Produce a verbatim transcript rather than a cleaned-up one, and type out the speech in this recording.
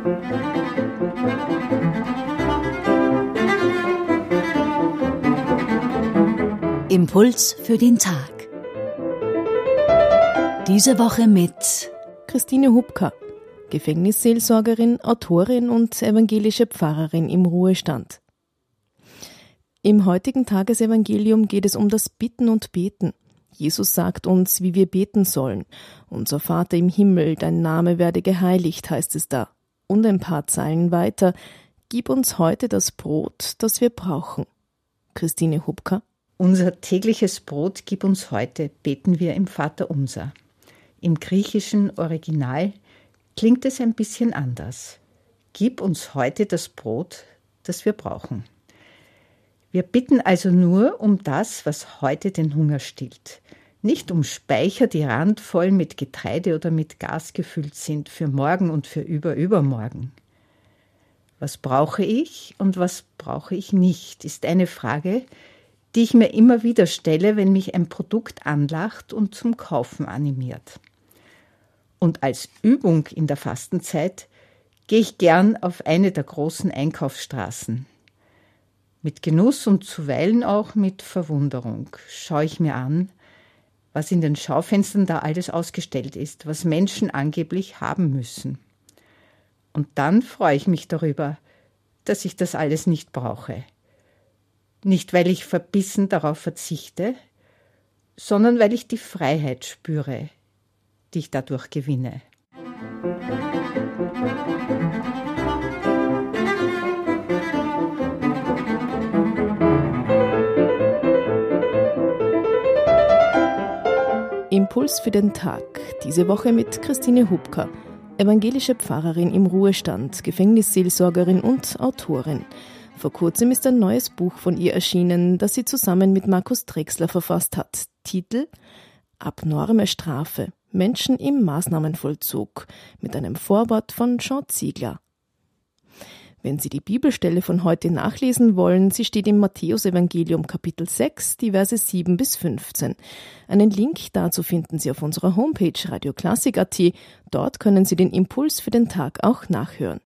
Impuls für den Tag. Diese Woche mit Christine Hubka, Gefängnisseelsorgerin, Autorin und evangelische Pfarrerin im Ruhestand. Im heutigen Tagesevangelium geht es um das Bitten und Beten. Jesus sagt uns, wie wir beten sollen. Unser Vater im Himmel, dein Name werde geheiligt, heißt es da. Und ein paar Zeilen weiter, gib uns heute das Brot, das wir brauchen. Christine Hubka. Unser tägliches Brot gib uns heute, beten wir im Vaterunser. Im griechischen Original klingt es ein bisschen anders. Gib uns heute das Brot, das wir brauchen. Wir bitten also nur um das, was heute den Hunger stillt. Nicht um Speicher, die randvoll mit Getreide oder mit Gas gefüllt sind für morgen und für überübermorgen. Was brauche ich und was brauche ich nicht, ist eine Frage, die ich mir immer wieder stelle, wenn mich ein Produkt anlacht und zum Kaufen animiert. Und als Übung in der Fastenzeit gehe ich gern auf eine der großen Einkaufsstraßen. Mit Genuss und zuweilen auch mit Verwunderung schaue ich mir an, was in den Schaufenstern da alles ausgestellt ist, was Menschen angeblich haben müssen. Und dann freue ich mich darüber, dass ich das alles nicht brauche. Nicht, weil ich verbissen darauf verzichte, sondern weil ich die Freiheit spüre, die ich dadurch gewinne. Impuls für den Tag. Diese Woche mit Christine Hubka, evangelische Pfarrerin im Ruhestand, Gefängnisseelsorgerin und Autorin. Vor kurzem ist ein neues Buch von ihr erschienen, das sie zusammen mit Markus Drechsler verfasst hat. Titel: Abnorme Strafe. Menschen im Maßnahmenvollzug, mit einem Vorwort von Jean Ziegler. Wenn Sie die Bibelstelle von heute nachlesen wollen, sie steht im Matthäusevangelium Kapitel sechs, die Verse sieben bis fünfzehn. Einen Link dazu finden Sie auf unserer Homepage radioklassik punkt at. Dort können Sie den Impuls für den Tag auch nachhören.